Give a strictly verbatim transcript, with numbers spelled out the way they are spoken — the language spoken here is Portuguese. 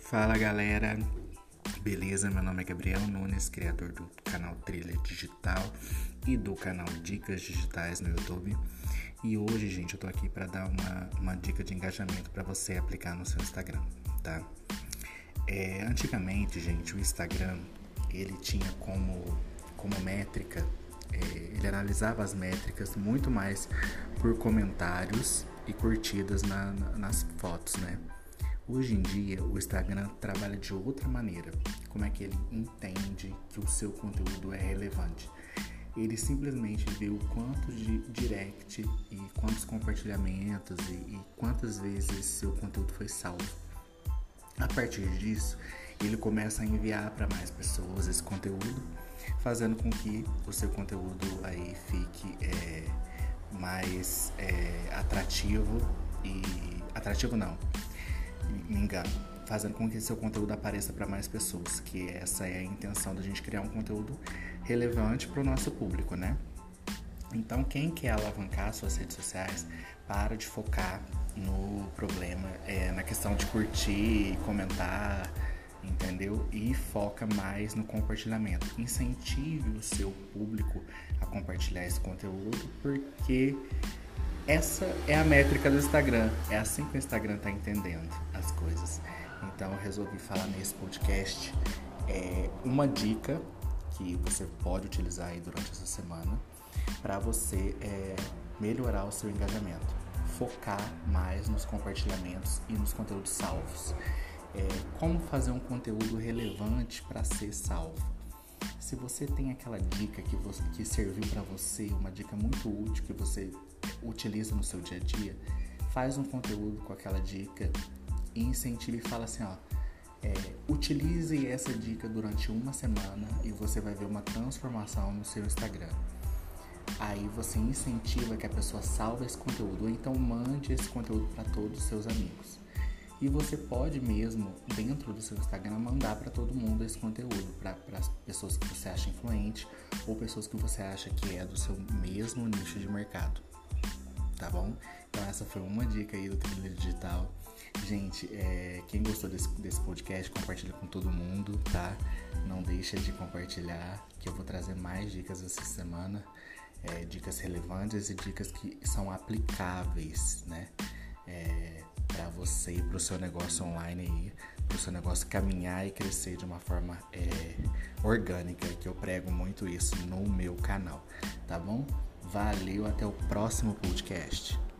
Fala galera, beleza? Meu nome é Gabriel Nunes, criador do canal Trilha Digital e do canal Dicas Digitais no YouTube. E hoje, gente, eu tô aqui para dar uma, uma dica de engajamento para você aplicar no seu Instagram, tá? É, antigamente, gente, o Instagram, ele tinha como, como métrica, é, ele analisava as métricas muito mais por comentários e curtidas na, na, nas fotos, né? Hoje em dia, o Instagram trabalha de outra maneira. Como é que ele entende que o seu conteúdo é relevante? Ele simplesmente vê o quanto de direct e quantos compartilhamentos e, e quantas vezes seu conteúdo foi salvo. A partir disso, ele começa a enviar para mais pessoas esse conteúdo, fazendo com que o seu conteúdo aí fique é, mais é, atrativo e... atrativo não. me engano, fazendo com que seu conteúdo apareça para mais pessoas, que essa é a intenção da gente criar um conteúdo relevante para o nosso público, né? Então, quem quer alavancar suas redes sociais, para de focar no problema, é, na questão de curtir, comentar, entendeu? E foca mais no compartilhamento. Incentive o seu público a compartilhar esse conteúdo, porque essa é a métrica do Instagram, é assim que o Instagram está entendendo as coisas. Então eu resolvi falar nesse podcast é, uma dica que você pode utilizar aí durante essa semana para você é, melhorar o seu engajamento, focar mais nos compartilhamentos e nos conteúdos salvos. É, como fazer um conteúdo relevante para ser salvo? Se você tem aquela dica que, você, que serviu para você, uma dica muito útil que você utiliza no seu dia a dia, faz um conteúdo com aquela dica e incentive e fala assim, ó, é, utilize essa dica durante uma semana e você vai ver uma transformação no seu Instagram. Aí você incentiva que a pessoa salve esse conteúdo, ou então mande esse conteúdo para todos os seus amigos. E você pode mesmo, dentro do seu Instagram, mandar para todo mundo esse conteúdo, para as pessoas que você acha influente ou pessoas que você acha que é do seu mesmo nicho de mercado, tá bom? Então essa foi uma dica aí do Trilha Digital. Gente, é, quem gostou desse, desse podcast, compartilha com todo mundo, tá? Não deixa de compartilhar, que eu vou trazer mais dicas essa semana, é, dicas relevantes e dicas que são aplicáveis, né? É, para você e para o seu negócio online aí, para o seu negócio caminhar e crescer de uma forma é, orgânica, que eu prego muito isso no meu canal, tá bom? Valeu, até o próximo podcast.